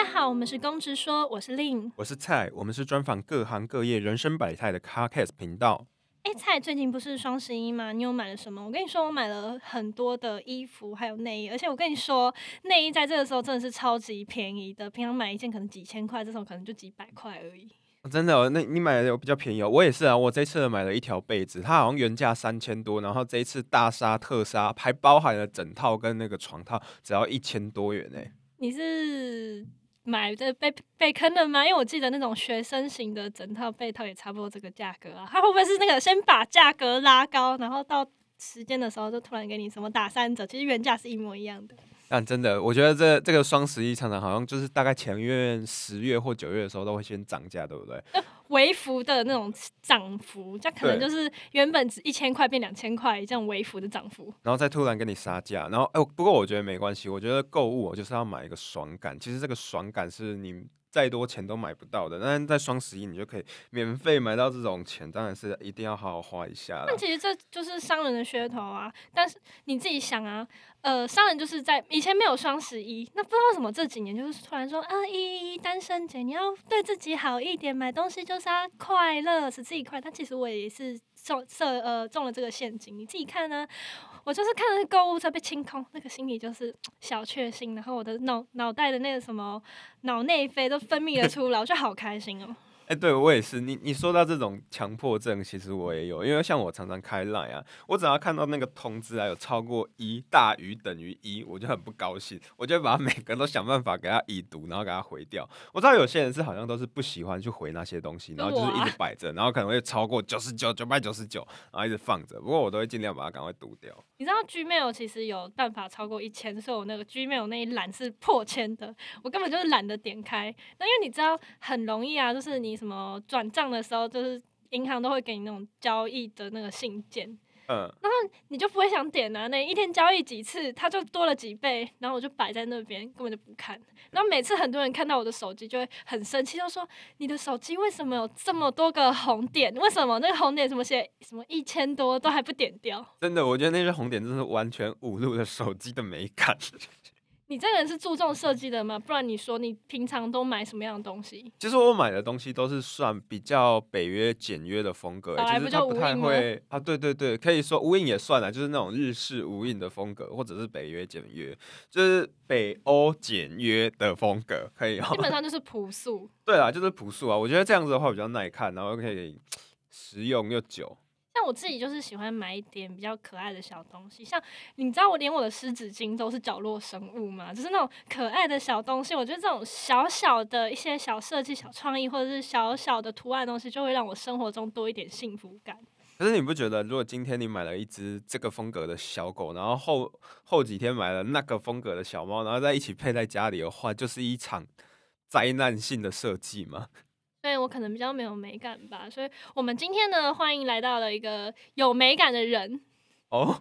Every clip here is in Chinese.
家好，我们是公直说，我是令。 我是蔡，我们是专访各行各业人生百态的 Podcast 频道。 蔡最近不是双11吗？你有买了什么？我跟你说，我买了很多的衣服还有内衣，而且我跟你说，内衣在这个时候真的是超级便宜的，平常买一件可能几千块，这种可能就几百块而已。 真的、那你买的有比较便宜哦。我也是啊，我这次买了一条被子，它好像原价3000多，然后这一次大杀特杀，还包含了枕套跟那个床套，只要1000多元呢。 你是买的被坑了吗？因为我记得那种学生型的整套被套也差不多这个价格啊，它会不会是那个先把价格拉高，然后到时间的时候就突然给你什么打3折，其实原价是一模一样的。 但真的，我觉得这个双11常常好像就是大概前月10月或9月的时候都会先涨价，对不对？ 微幅的那种涨幅，这可能对， 就是原本只1000块变2000块这样微幅的涨幅。 然后再突然跟你杀价，然后不过我觉得没关系，我觉得购物我就是要买一个爽感，其实这个爽感是你再多钱都买不到的，但是在双11你就可以免费买到这种钱，当然是一定要好好花一下啦。 但其实这就是商人的噱头啊！但是你自己想啊，商人就是在以前没有双11，那不知道为什么这几年就是突然说啊，单身节你要对自己好一点，买东西就是要快乐，使自己快。但其实我也是中了这个陷阱，你自己看呢、我就是看着购物车被清空，那个心里就是小确幸，然后我的脑袋的那个什么脑内啡都分泌了出来，我就好开心哦。 对我也是。你说到这种强迫症，其实我也有，因为像我常常开 Line 啊，我只要看到那个通知啊有超过1大于等于1，我就很不高兴，我就会把它每个都想办法给它已读，然后给它回掉。我知道有些人是好像都是不喜欢去回那些东西，然后就是一直摆着，然后可能会超过99、999，然后一直放着。不过我都会尽量把它赶快读掉。 你知道 Gmail 其实有办法超过1000，所以我那个 Gmail 那一栏是破千的，我根本就是懒得点开。那因为你知道很容易啊，就是你什么转账的时候，就是银行都会给你那种交易的那个信件， 嗯， 你就不会想点啊。那一天交易几次，它就多了几倍，然后我就摆在那边，根本就不看。然后每次很多人看到我的手机就会很生气，就说你的手机为什么有这么多个红点？为什么那个红点什么写什么1000多都还不点掉？ 真的，我觉得那些红点真的是完全侮辱了手机的美感。 你这个人是注重设计的吗？不然你说你平常都买什么样的东西？ 其实我买的东西都是算比较北约简约的风格， 找来不就是它不就无印吗？ 太会啊。对对对，可以说无印也算了，就是那种日式无印的风格，或者是北约简约，就是北欧简约的风格，可以基本哦。 上就是朴素。 对啦，就是朴素啊，我觉得这样子的话比较耐看，然后可以实用又久。 像我自己就是喜欢买一点比较可爱的小东西，像你知道我连我的湿纸巾都是角落生物吗？就是那种可爱的小东西，我觉得这种小小的一些小设计、小创意，或者是小小的图案的东西，就会让我生活中多一点幸福感。 可是你不觉得，如果今天你买了一只这个风格的小狗，然后后几天买了那个风格的小猫，然后再一起配在家里的话，就是一场灾难性的设计吗？ 所以我可能比较没有美感吧，所以我们今天呢，欢迎来到了一个有美感的人。 哦，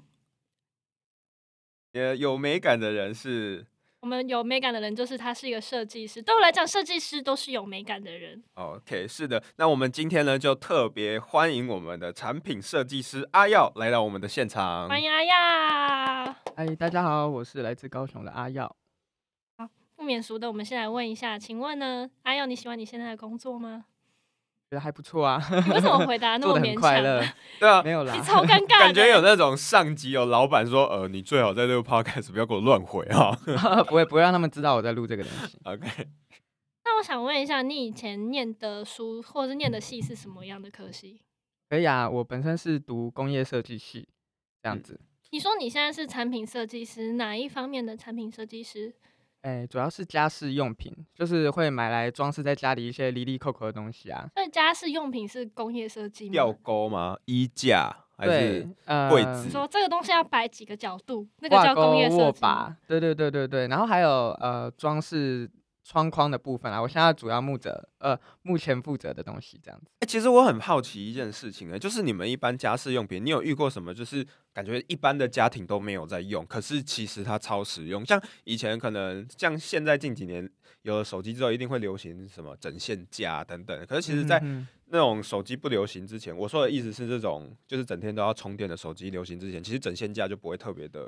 有美感的人是我们有美感的人，就是他是一个设计师。对我来讲，设计师都是有美感的人。 OK，是的。那我们今天呢，就特别欢迎我们的产品设计师阿耀来到我们的现场。 欢迎阿亚。 嗨，大家好，我是来自高雄的阿耀。 不免俗的，我们先来问一下，请问呢，阿耀，你喜欢你现在的工作吗？ 觉得还不错啊， 你为什么回答那做的很么勉强快乐。 对啊， 没有啦， 你超尴尬的。 感觉有那种上级有老板说，你最好在这个 podcast 不要给我乱回啊。 不会让他们知道我在录这个东西。 OK， 那我想问一下，你以前念的书或者是念的系是什么样的科系？ 可以啊，我本身是读工业设计系，这样子。 你说你现在是产品设计师，哪一方面的产品设计师？ 主要是家饰用品，就是会买来装饰在家里一些离离扣扣的东西啊。 所以家饰用品是工业设计吊吗？ 钩吗？衣架还是对， 柜子？ 你说这个东西要摆几个角度，那个挂叫工业钩、 设计吗？ 握把，对，然后还有装饰窗框的部分啊，我现在主要目前负责的东西这样子。 其实我很好奇一件事情就是你们一般家饰用品，你有遇过什么就是感觉一般的家庭都没有在用，可是其实它超实用？像以前可能像现在近几年有了手机之后，一定会流行什么整线架等等。可是其实，在那种手机不流行之前，我说的意思是这种就是整天都要充电的手机流行之前，其实整线架就不会特别的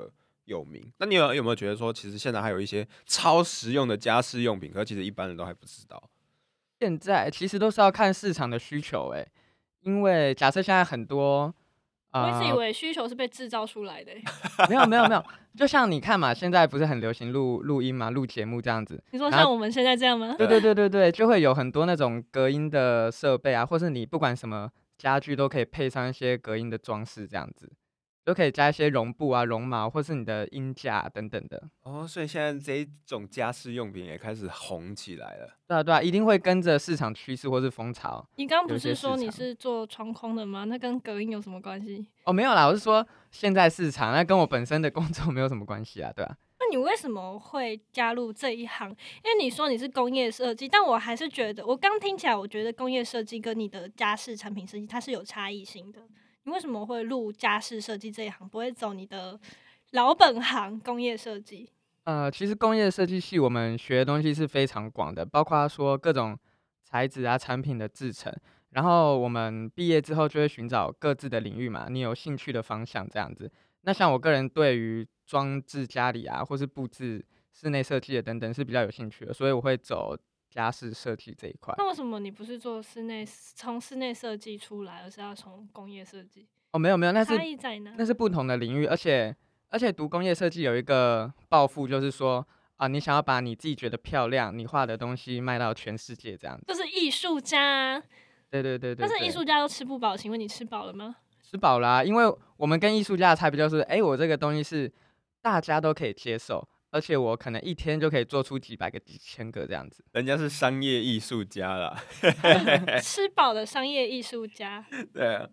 有名。那你有没有觉得说，其实现在还有一些超实用的家饰用品，可是其实一般人都还不知道？ 现在其实都是要看市场的需求，因为假设现在很多， 我一直以为需求是被制造出来的没有没有没有，就像你看嘛，现在不是很流行录音嘛，录节目这样子。 你说像我们现在这样吗？ 对对对对对，就会有很多那种隔音的设备啊，或是你不管什么家具都可以配上一些隔音的装饰，这样子都可以加一些绒布啊、绒毛，或是你的音架等等的。 哦，所以现在这一种家饰用品也开始红起来了。 对啊对啊，一定会跟着市场趋势或是风潮。 你刚刚不是有一些市场说你是做窗框的吗？那跟隔音有什么关系？ 哦，没有啦，我是说现在市场，那跟我本身的工作没有什么关系啊，对吧？ 那你为什么会加入这一行？因为你说你是工业设计，但我还是觉得，我刚听起来，我觉得工业设计跟你的家饰产品设计它是有差异性的。你为什么会入家饰设计这一行，不会走你的老本行工业设计？ 其实工业设计系我们学的东西是非常广的，包括说各种材质啊、产品的制成。然后我们毕业之后就会寻找各自的领域嘛，你有兴趣的方向这样子。那像我个人对于装置家里啊，或是布置室内设计的等等是比较有兴趣的，所以我会走家饰设计这一块。 那为什么你不是做从室内设计出来，而是要从工业设计？ 哦，没有没有， 差异在哪？ 那是不同的领域，而且读工业设计有一个抱负，就是说啊，你想要把你自己觉得漂亮、你画的东西卖到全世界这样子。 就是艺术家， 对对对对对， 但是艺术家都吃不饱，请问你吃饱了吗？ 吃饱啦、因为我们跟艺术家的差别就是，我这个东西是大家都可以接受，而且我可能一天就可以做出几百个、几千个这样子。 人家是商业艺术家啦。 吃饱的商业艺术家。 对啊。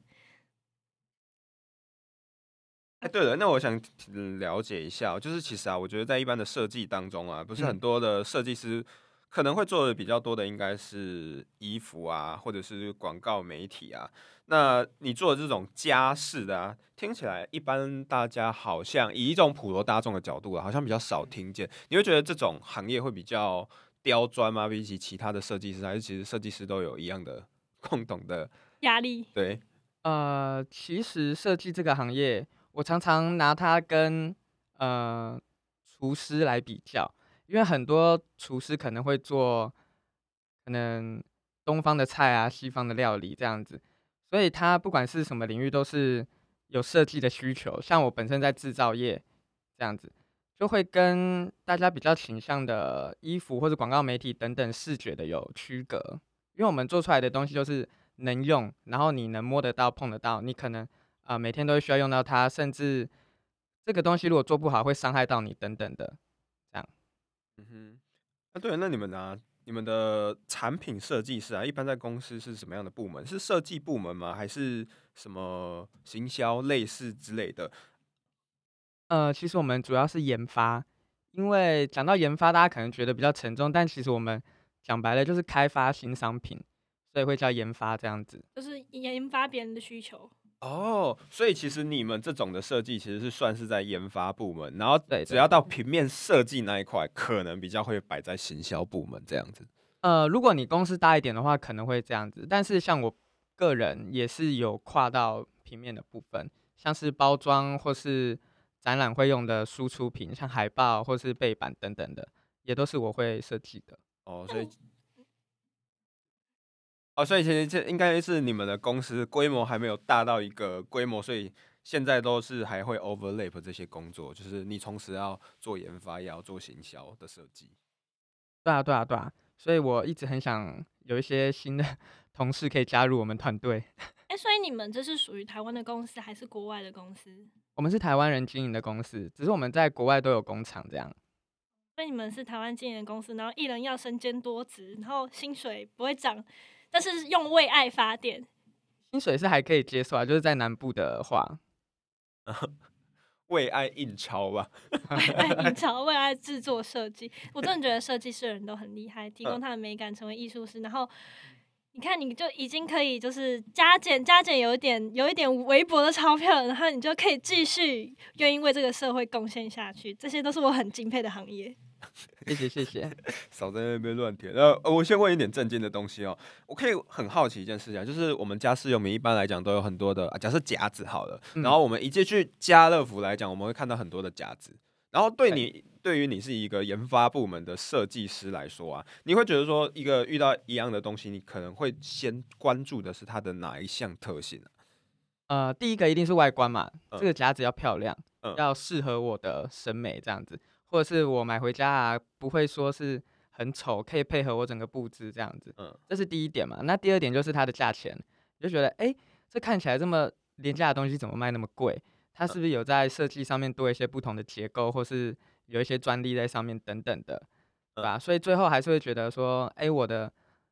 对了，那我想了解一下就是其实啊，我觉得在一般的设计当中啊，不是很多的设计师可能会做的比较多的，应该是衣服啊，或者是广告媒体啊。那你做的这种家饰的啊，听起来一般大家好像以一种普罗大众的角度啊，好像比较少听见。你会觉得这种行业会比较刁钻吗？比起其他的设计师，还是其实设计师都有一样的共同的压力？ 对？ 其实设计这个行业，我常常拿它跟厨师来比较，因为很多厨师可能会做可能东方的菜啊、西方的料理这样子，所以他不管是什么领域都是有设计的需求。像我本身在制造业这样子，就会跟大家比较倾向的衣服或者广告媒体等等视觉的有区隔，因为我们做出来的东西就是能用，然后你能摸得到、碰得到，你可能每天都会需要用到它，甚至这个东西如果做不好会伤害到你等等的，这样。 嗯哼。对，那你们呢、你们的产品设计师啊，一般在公司是什么样的部门？是设计部门吗？还是什么行销类似之类的？ 其实我们主要是研发，因为讲到研发，大家可能觉得比较沉重，但其实我们讲白了就是开发新商品，所以会叫研发这样子。 就是研发别人的需求。 哦，所以其实你们这种的设计其实是算是在研发部门，然后对对只要到平面设计那一块，可能比较会摆在行销部门这样子。 如果你公司大一点的话，可能会这样子，但是像我个人也是有跨到平面的部分，像是包装或是展览会用的输出品，像海报或是背板等等的，也都是我会设计的。 哦，所以其实这应该是你们的公司规模还没有大到一个规模，所以现在都是还会 overlap 这些工作，就是你同时要做研发，也要做行销的设计。 对啊，对啊，对啊，所以我一直很想有一些新的同事可以加入我们团队。 所以你们这是属于台湾的公司还是国外的公司？ 我们是台湾人经营的公司，只是我们在国外都有工厂这样。 所以你们是台湾经营的公司，然后一人要身兼多职，然后薪水不会涨，但是用为爱发电。 薪水是还可以接受啊，就是在南部的话。 为爱印钞吧。 为爱营造，为爱制作设计，我真的觉得设计师的人都很厉害，提供他的美感成为艺术师。然后你看，你就已经可以就是加减有一点微薄的钞票了，然后你就可以继续愿意为这个社会贡献下去，这些都是我很敬佩的行业。 谢谢。 少在那边乱填。我先问一点正经的东西哦，我可以很好奇一件事情啊，就是我们家私用品一般来讲都有很多的，假设夹子好了，然后我们一进去家乐福来讲，我们会看到很多的夹子。然后对于你是一个研发部门的设计师来说啊，你会觉得说一个遇到一样的东西，你可能会先关注的是它的哪一项特性啊？ 第一个一定是外观嘛， 嗯这个夹子要漂亮， 嗯要适合我的审美这样子，或者是我买回家啊，不会说是很丑，可以配合我整个布置这样子，这是第一点嘛。那第二点就是它的价钱，就觉得这看起来这么廉价的东西怎么卖那么贵？它是不是有在设计上面多一些不同的结构，或是有一些专利在上面等等的，对吧？所以最后还是会觉得说，我的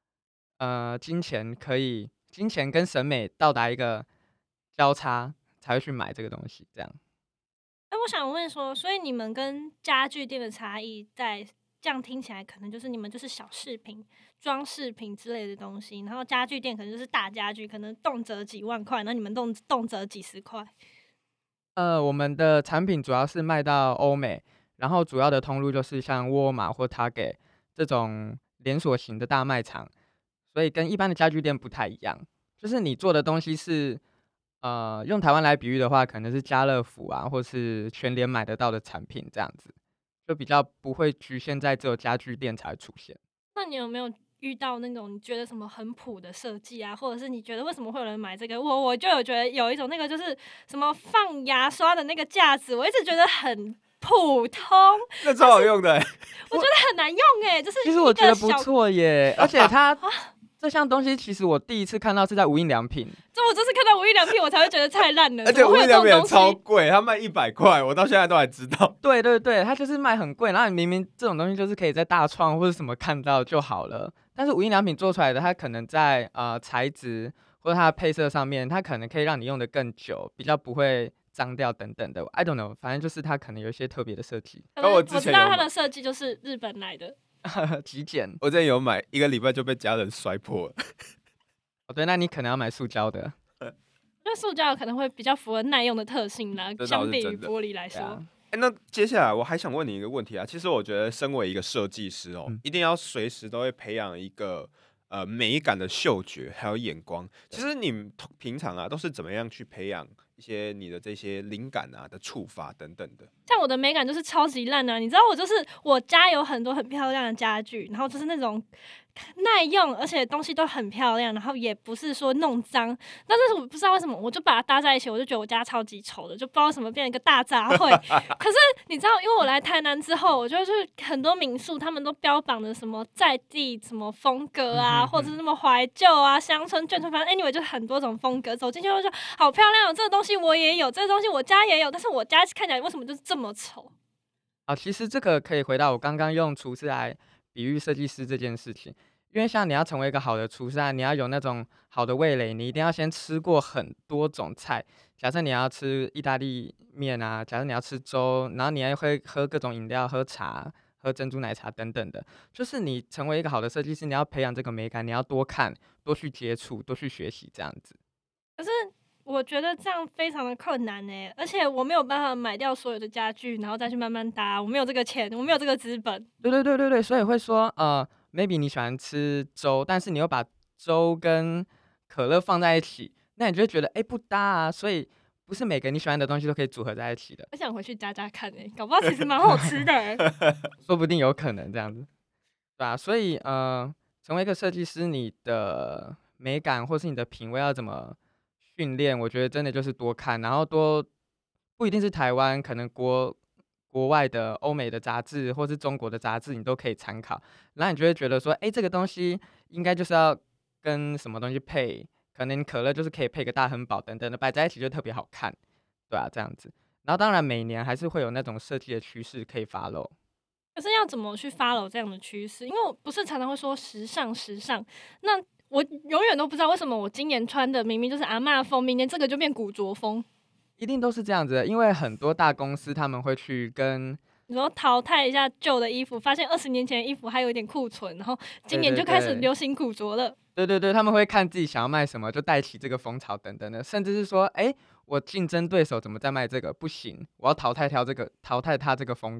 金钱跟审美到达一个交叉，才会去买这个东西，这样。 我想问说，所以你们跟家具店的差异在这样听起来，可能就是你们就是小饰品、装饰品之类的东西，然后家具店可能就是大家具，可能动辄几万块，那你们动辄几十块。 我们的产品主要是卖到欧美，然后主要的通路就是像沃尔玛或 Target 这种连锁型的大卖场，所以跟一般的家具店不太一样。就是你做的东西是，用台湾来比喻的话，可能是家乐福啊，或是全联买得到的产品这样子，就比较不会局限在只有家具店才会出现。 那你有没有遇到那种你觉得什么很普的设计啊，或者是你觉得为什么会有人买这个？我就有觉得有一种那个就是什么放牙刷的那个架子，我一直觉得很普通， 那超好用的我觉得很难用就是其实我觉得不一个小错耶，而且它这项东西其实我第一次看到是在无印良品， 我就是看到无印良品我才会觉得太烂了， 而且无印良品也超贵。 贵，它卖100块，我到现在都还知道。 对对对，它就是卖很贵，然后你明明这种东西就是可以在大创或者什么看到就好了，但是无印良品做出来的，它可能在材质或者它的配色上面，它可能可以让你用的更久，比较不会脏掉等等的。I don't know， 反正就是它可能有一些特别的设计。 我知道它的设计就是日本来的。 极简， 我之前有买，1个礼拜就被家人摔破了。 对，那你可能要买塑胶的。 那塑胶可能会比较符合耐用的特性啦，相比于玻璃来说。 那接下来我还想问你一个问题啊，其实我觉得身为一个设计师一定要随时都会培养一个美感的嗅觉还有眼光。其实你平常啊都是怎么样去培养一些你的这些灵感啊的触发等等的？ 像我的美感就是超级烂啊！你知道我家有很多很漂亮的家具，然后就是那种耐用，而且东西都很漂亮，然后也不是说弄脏。但是我不知道为什么，我就把它搭在一起，我就觉得我家超级丑的，就不知道为什么变成一个大杂烩。可是你知道，因为我来台南之后，我就去很多民宿，他们都标榜的什么在地什么风格啊，或者是那么怀旧啊、乡村眷村，反正 anyway 就很多种风格。走进去我就说好漂亮哦，这个东西我也有，这个东西我家也有，但是我家看起来为什么就是这么丑？ 其实这个可以回到我刚刚用厨师来比喻设计师这件事情，因为像你要成为一个好的厨师啊，你要有那种好的味蕾，你一定要先吃过很多种菜。假设你要吃意大利面啊，假设你要吃粥，然后你还会喝各种饮料、喝茶、喝珍珠奶茶等等的。就是你成为一个好的设计师，你要培养这个美感，你要多看、多去接触、多去学习这样子。 可是我觉得这样非常的困难而且我没有办法买掉所有的家具，然后再去慢慢搭，我没有这个钱，我没有这个资本。 对，所以会说maybe 你喜欢吃粥，但是你又把粥跟可乐放在一起，那你就会觉得不搭啊，所以不是每个你喜欢的东西都可以组合在一起的。 我想回去加看搞不好其实蛮好吃的说不定有可能这样子，对啊，所以成为一个设计师，你的美感或是你的品味要怎么训练？我觉得真的就是多看，然后不一定是台湾，可能国外的欧美的杂志或是中国的杂志，你都可以参考。然后你就会觉得说，这个东西应该就是要跟什么东西配，可能可乐就是可以配个大亨堡等等的，摆在一起就特别好看，对啊，这样子。然后当然每年还是会有那种设计的趋势可以 follow。 可是要怎么去 follow 这样的趋势？因为我不是常常会说时尚，那我永远都不知道为什么我今年穿的明明就是阿嬷风，明年这个就变古着风。 一定都是这样子的，因为很多大公司他们会去跟你说淘汰一下旧的衣服，发现20年前的衣服还有一点库存，然后今年就开始流行古着了。 对，他们会看自己想要卖什么，就带起这个风潮等等的，甚至是说，我竞争对手怎么在卖这个，不行，我要淘汰他这个风格，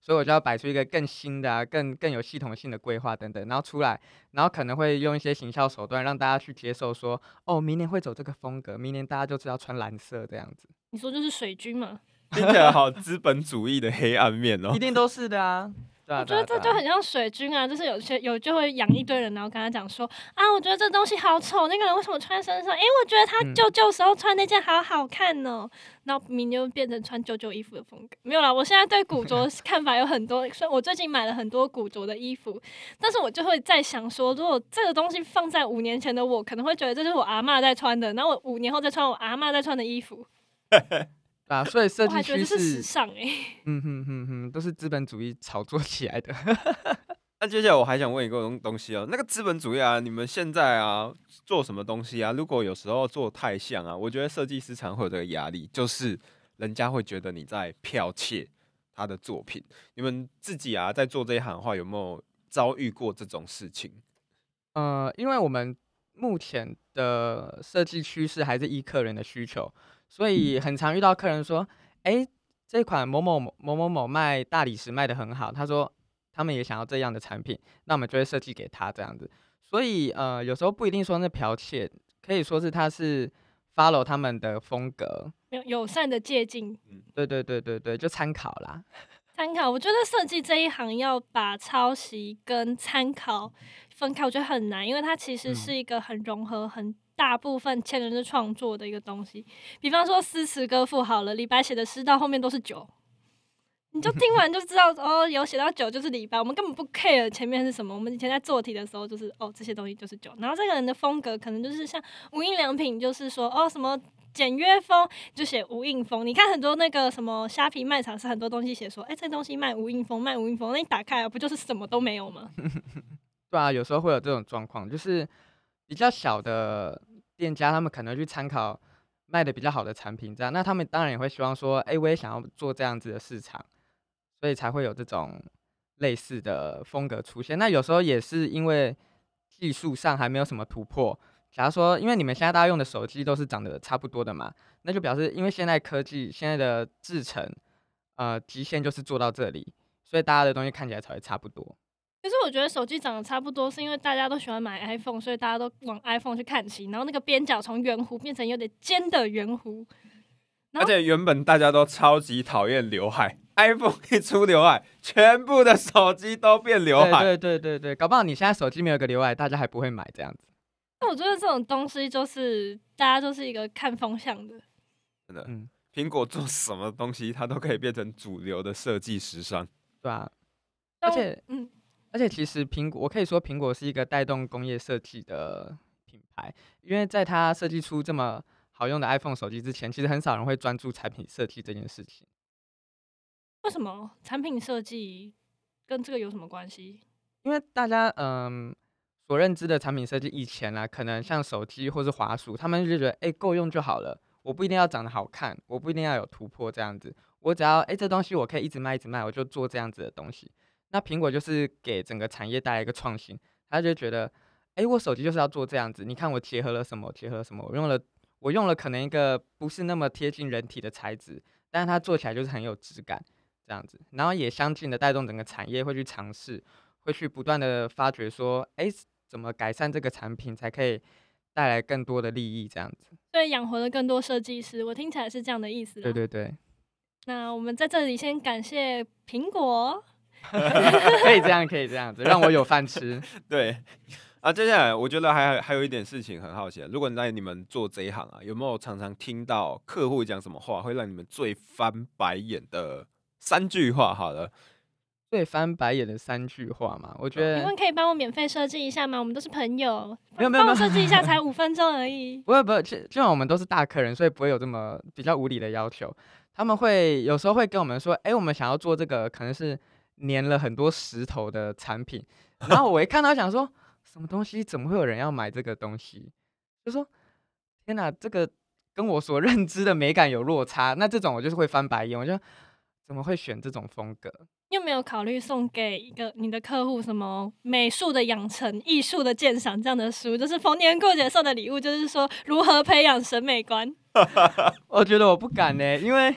所以我就要摆出一个更新的更有系统性的规划等等，然后出来，然后可能会用一些行销手段让大家去接受说，哦，明年会走这个风格，明年大家就是要穿蓝色这样子， 你说就是水军嘛？ 听起来好资本主义的黑暗面哦一。定都是的啊。对啊， 我觉得这就很像水军啊，就是就会养一堆人，然后跟他讲说啊，我觉得这东西好丑，那个人为什么穿身上？我觉得他舅时候穿那件好好看哦。然后明年就变成穿舅衣服的风格。没有啦，我现在对古着看法有很多，所以我最近买了很多古着的衣服，但是我就会在想说，如果这个东西放在5年前的我，可能会觉得这就是我阿嬷在穿的，然后我5年后再穿我阿嬷在穿的衣服。 啊，所以设计趋我还觉得这是时势， 尚都是资本主义炒作起来的。 那接下来我还想问一个东西哦，那个资本主义啊，你们现在啊做什么东西啊？如果有时候做太像啊，我觉得设计师常会有这个压力，就是人家会觉得你在剽窃他的作品。你们自己啊在做这一行的话，有没有遭遇过这种事情？ 因为我们目前的设计趋势还是依客人的需求，所以很常遇到客人说：“哎，这款某某某某某卖大理石卖得很好。”他说他们也想要这样的产品，那我们就会设计给他这样子。所以有时候不一定说那剽窃，可以说是他是 follow 他们的风格。 友善的借鉴。 对，就参考啦。 参考，我觉得设计这一行要把抄袭跟参考分开，我觉得很难，因为它其实是一个很融合很大部分前人的创作的一个东西。比方说诗词歌赋好了，李白写的诗到后面都是酒，你就听完就知道哦，有写到酒就是李白，我们根本不 care 前面是什么。我们以前在做题的时候就是哦，这些东西就是酒，然后这个人的风格可能就是像无印良品，就是说哦什么。简约风就写无印风，你看很多那个什么虾皮卖场是很多东西写说，这东西卖无印风，卖无印风，那你打开不就是什么都没有吗？ 对啊，有时候会有这种状况，就是比较小的店家，他们可能去参考卖的比较好的产品，这样，那他们当然也会希望说，我也想要做这样子的市场，所以才会有这种类似的风格出现。那有时候也是因为技术上还没有什么突破。假如说，因为你们现在大家用的手机都是长得差不多的嘛，那就表示因为现在科技现在的制程，极限就是做到这里，所以大家的东西看起来才会差不多。 可是我觉得手机长得差不多，是因为大家都喜欢买 iPhone， 所以大家都往 iPhone 去看齐，然后那个边角从圆弧变成有点尖的圆弧。 而且原本大家都超级讨厌刘海，iPhone 一出刘海，全部的手机都变刘海。 对，搞不好你现在手机没有个刘海，大家还不会买这样子。 那我觉得这种东西就是大家都是一个看风向的， 真的，苹果做什么东西，它都可以变成主流的设计时尚， 对啊。而且其实我可以说苹果是一个带动工业设计的品牌，因为在它设计出这么好用的 iPhone 手机之前，其实很少人会专注产品设计这件事情。 为什么产品设计跟这个有什么关系？ 因为大家所认知的产品设计以前啊，可能像手机或是滑鼠，他们就觉得够用就好了，我不一定要长得好看，我不一定要有突破这样子，我只要这东西我可以一直卖，我就做这样子的东西。那苹果就是给整个产业带来一个创新，他就觉得我手机就是要做这样子，你看我结合了什么，我用了可能一个不是那么贴近人体的材质，但是它做起来就是很有质感这样子，然后也相近的带动整个产业会去尝试，会去不断的发掘说怎么改善这个产品才可以带来更多的利益这样子。 对，养活了更多设计师，我听起来是这样的意思啦。 对。 那我们在这里先感谢苹果。 可以这样子，让我有饭吃。 对啊，接下来我觉得还有一点事情很好奇，如果在你们做这一行啊，有没有常常听到客户讲什么话，会让你们最翻白眼的3句话？好了， 最翻白眼的3句话嘛，我觉得你们可以帮我免费设计一下吗？我们都是朋友， 没有， 帮我设计一下，才5分钟而已。 不会，基本上我们都是大客人，所以不会有这么比较无理的要求。他们会有时候会跟我们说，我们想要做这个，可能是粘了很多石头的产品，然后我一看到想说，什么东西，怎么会有人要买这个东西？就说天哪，这个跟我所认知的美感有落差，那这种我就是会翻白眼，我就怎么会选这种风格？ 你有没有考虑送给一个你的客户什么美术的养成、艺术的鉴赏这样的书？就是逢年过节送的礼物，就是说如何培养审美观。 我觉得我不敢呢，因为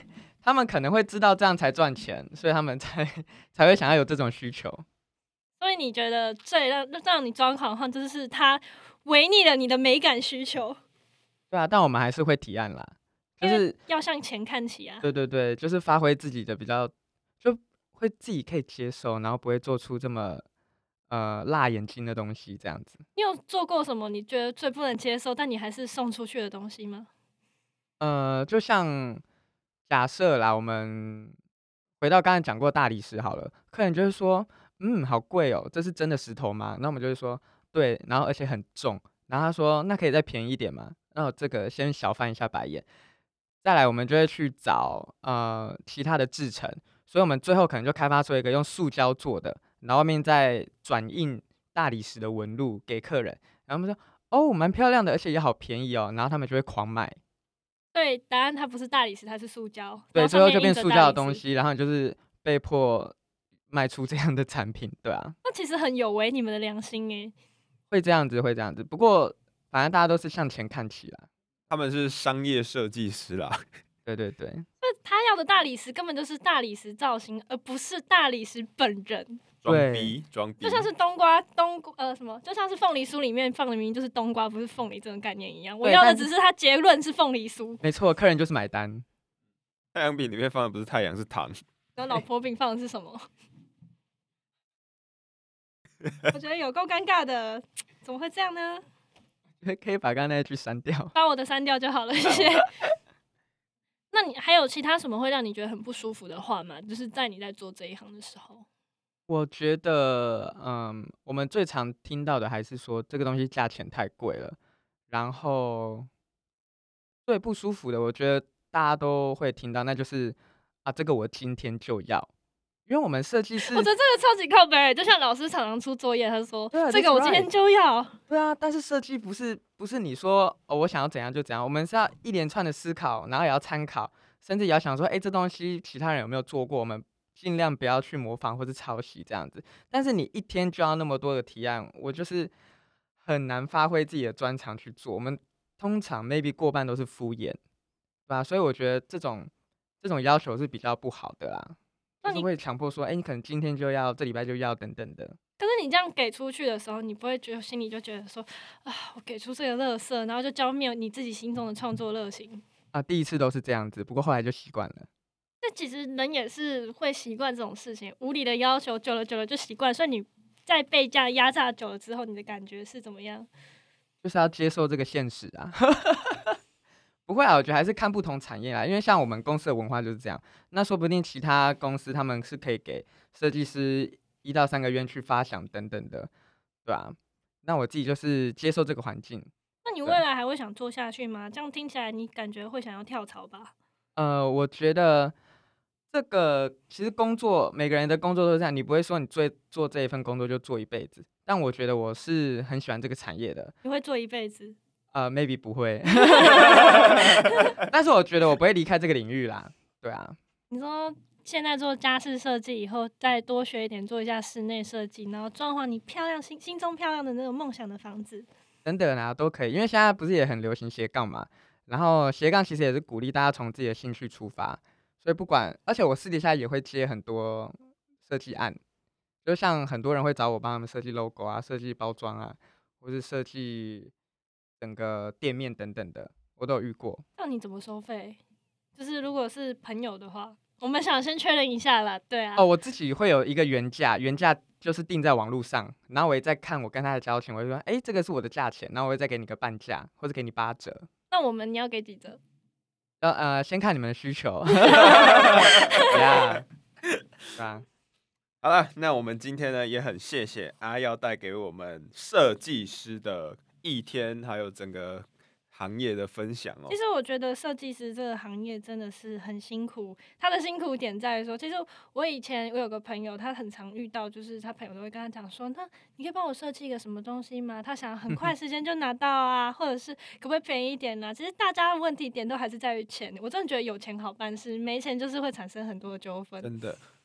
他们可能会知道这样才赚钱，所以他们才会想要有这种需求。 所以你觉得最让你抓狂的话，就是他违逆了你的美感需求， 对啊，但我们还是会提案啦，就因为是要向前看齐啊。 对对对，就是发挥自己的比较，就会自己可以接受，然后不会做出这么辣眼睛的东西这样子。 你有做过什么你觉得最不能接受，但你还是送出去的东西吗？ 就像假设啦，我们回到刚才讲过大理石好了，客人就会说，好贵哦，这是真的石头吗？那我们就会说，对，然后而且很重，然后他说，那可以再便宜一点吗？那我这个先小翻一下白眼，再来我们就会去找其他的制成，所以我们最后可能就开发出一个用塑胶做的，然后外面再转印大理石的纹路给客人，然后他们说，哦，蛮漂亮的，而且也好便宜哦，然后他们就会狂买。 对，答案它不是大理石，它是塑胶，然对， 后最后就上面印着变塑胶的大理石。 东西，然后你就是被迫卖出这样的产品，对啊， 那其实很有违你们的良心诶。 会这样子，会这样子。不过反正大家都是向前看齐啦， 他们是商业设计师啦。 对对对， 那他要的大理石根本就是大理石造型，而不是大理石本人。 装对逼，装逼， 就像是什么，就像是凤梨酥里面放的明明就是冬瓜，不是凤梨这种概念一样。我要的对但只是它结论是凤梨酥， 没错，客人就是买单。 太阳饼里面放的不是太阳，是糖。 然后老婆饼放的是什么？我觉得有够尴尬的，怎么会这样呢？ 可以把刚刚那一句删掉。 把我的删掉就好了，谢谢。那你还有其他什么会让你觉得很不舒服的话吗？就是在你在做这一行的时候。 我觉得，我们最常听到的还是说这个东西价钱太贵了，然后最不舒服的，我觉得大家都会听到，那就是啊，这个我今天就要，因为我们设计师我觉得这个超级靠北，就像老师常常出作业，他说对啊这个 that's 我今天 right 就要。 对啊，但是设计不是你说哦，我想要怎样就怎样，我们是要一连串的思考，然后也要参考，甚至也要想说，哎，这东西其他人有没有做过，我们尽量不要去模仿或是抄袭这样子。但是你一天就要那么多的提案，我就是很难发挥自己的专长去做。我们通常 maybe 过半都是敷衍，对吧？所以我觉得这种要求是比较不好的啦， 那你就是会强迫说，哎，你可能今天就要，这礼拜就要等等的。 可是你这样给出去的时候，你不会觉得心里就觉得说啊，我给出这个垃圾，然后就浇灭你自己心中的创作热情。 啊，第一次都是这样子，不过后来就习惯了。 那其实人也是会习惯这种事情，无理的要求久了就习惯，所以你在被这样压榨久了之后，你的感觉是怎么样？ 就是要接受这个现实啊。不会啊，我觉得还是看不同产业啦，因为像我们公司的文化就是这样。那说不定其他公司他们是可以给设计师1到3个月去发想等等的，对吧、那我自己就是接受这个环境。 那你未对来还会想做下去吗？这样听起来你感觉会想要跳槽吧？ 我觉得这个其实工作每个人的工作都是这样，你不会说你做这一份工作就做一辈子。但我觉得我是很喜欢这个产业的， 你会做一辈子？ maybe 不会，但是我觉得我不会离开这个领域啦。对啊， 你说现在做家饰设计以后，再多学一点，做一下室内设计，然后装潢你漂亮心中漂亮的那种梦想的房子。 等等啊都可以，因为现在不是也很流行斜杠嘛，然后斜杠其实也是鼓励大家从自己的兴趣出发，所以不管，而且我私底下也会接很多设计案，就像很多人会找我帮他们设计 logo 啊，设计包装啊，或是设计整个店面等等的，我都有遇过。 那你怎么收费？就是如果是朋友的话，我们想先确认一下啦。对啊。 哦，我自己会有一个原价，原价就是定在网络上，然后我也在看我跟他的交情，我就说，哎，这个是我的价钱，然后我会再给你个半价，或者给你8折。 那你要给几折？ 先看你们的需求。呀，对啊， 好了，那我们今天呢也很谢谢阿耀带给我们设计师的一天，还有整个行业的分享哦其。实我觉得设计师这个行业真的是很辛苦，他的辛苦点在于说，其实我以前有个朋友，他很常遇到，就是他朋友都会跟他讲说，那你可以帮我设计一个什么东西吗？他想很快时间就拿到啊，或者是可不可以便宜一点呢、其实大家的问题点都还是在于钱，我真的觉得有钱好办事，没钱就是会产生很多的纠纷。 真的，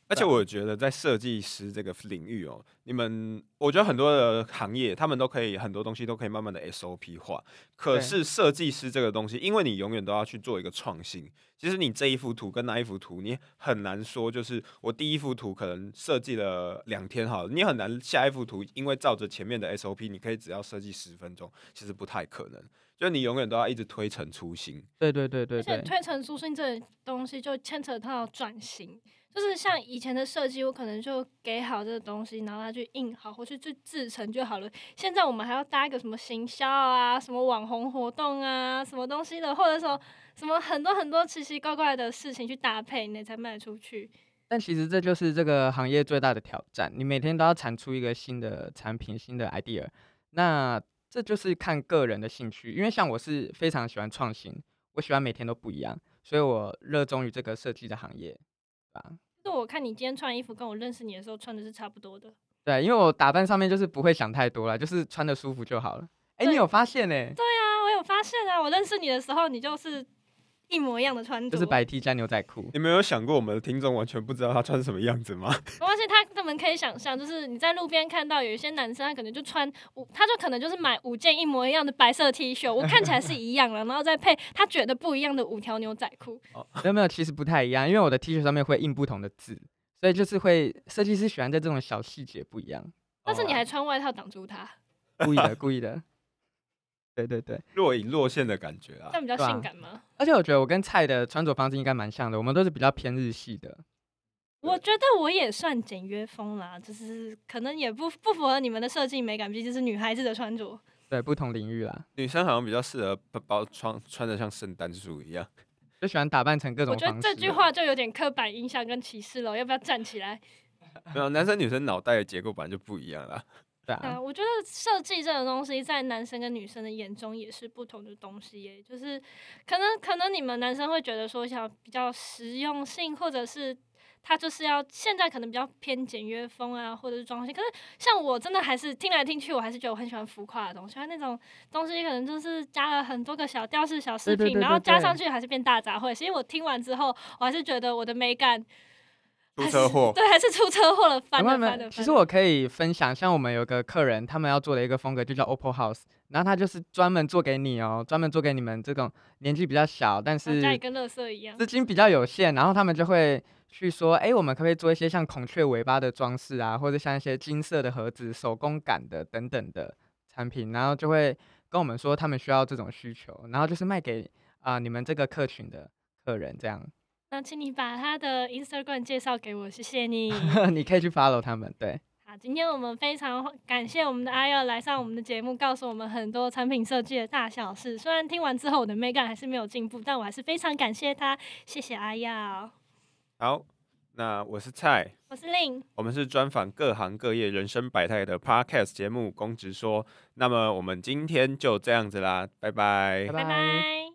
而且我觉得在设计师这个领域哦，我觉得很多的行业，他们都可以很多东西都可以慢慢的 SOP 化。可对是设计师这个东西，因为你永远都要去做一个创新，其实你这一幅图跟那一幅图，你很难说，就是我第一幅图可能设计了2天好了，你很难下一幅图，因为照着前面的 SOP，你可以只要设计10分钟，其实不太可能。就你永远都要一直推陈出新。 对对对对而且对， 推陈出新这东西就牵扯到转型，就是像以前的设计，我可能就给好这个东西，然后它去印好或是去制成就好了。现在我们还要搭一个什么行销啊，什么网红活动啊，什么东西的，或者说什么很多很多奇奇怪怪的事情去搭配，你才卖得出去。 但其实这就是这个行业最大的挑战，你每天都要产出一个新的产品、新的 idea，那这就是看个人的兴趣。因为像我是非常喜欢创新，我喜欢每天都不一样，所以我热衷于这个设计的行业，对吧？ 就我看你今天穿衣服，跟我认识你的时候穿的是差不多的。 对，因为我打扮上面就是不会想太多了，就是穿的舒服就好了。哎，你对有发现呢？ 啊，我有发现啊，我认识你的时候，你就是一模一样的穿着。 就是白 T 加牛仔裤。 你们有想过我们的听众完全不知道他穿什么样子吗？ 没关系，他们可以想象，就是你在路边看到有一些男生，他可能就他就可能就是买5件一模一样的白色 T 恤，我看起来是一样的，然后再配他觉得不一样的5条牛仔裤。 没有没有，其实不太一样，因为我的 T 恤上面会印不同的字，所以就是会设计师喜欢在这种小细节不一样， 但是你还穿外套挡住他， 故意的故意的。对对对， 若隐若现的感觉啊这。样比较对啊性感吗？ 而且我觉得我跟蔡的穿着方式应该蛮像的，我们都是比较偏日系的。 我觉得我也算简约风啦，就是可能也不符合你们的设计美感，毕竟是女孩子的穿着。 对，不同领域啦， 女生好像比较适合穿的像圣诞树一样。 就喜欢打扮成各种我觉方式。 得这句话就有点刻板印象跟歧视了，要不要站起来？ 没有，男生女生脑袋的结构本来就不一样啦。 对啊， 我觉得设计这种东西在男生跟女生的眼中也是不同的东西耶，就是可能你们男生会觉得说想比较实用性，或者是他就是要现在可能比较偏简约风啊，或者是装饰。可是像我真的还是听来听去，我还是觉得我很喜欢浮夸的东西，那种东西可能就是加了很多个小吊饰、小饰品， 对对对然后加对上去还是变大杂烩。其实我听完之后，我还是觉得我的美感出车祸， 对，还是出车祸了，翻没有没有了翻了。 其实我可以分享，像我们有个客人，他们要做的一个风格就叫 OPPO House，然后他就是专门做给你哦，专门做给你们这种年纪比较小，但是家里跟垃圾一样。 资金比较有限，然后他们就会去说，哎，我们可不可以做一些像孔雀尾巴的装饰啊，或者像一些金色的盒子、手工感的等等的产品，然后就会跟我们说他们需要这种需求，然后就是卖给你们这个客群的客人这样， 那请你把他的 Instagram 介绍给我，谢谢你。 你可以去 follow 他们，对。 好，今天我们非常感谢我们的阿耀来上我们的节目，告诉我们很多产品设计的大小事。虽然听完之后我的美感还是没有进步，但我还是非常感谢他，谢谢阿耀。 好，那我是蔡， 我是令， 我们是专访各行各业人生百态的 Podcast 节目《公直说》。那么我们今天就这样子啦，拜拜拜拜拜。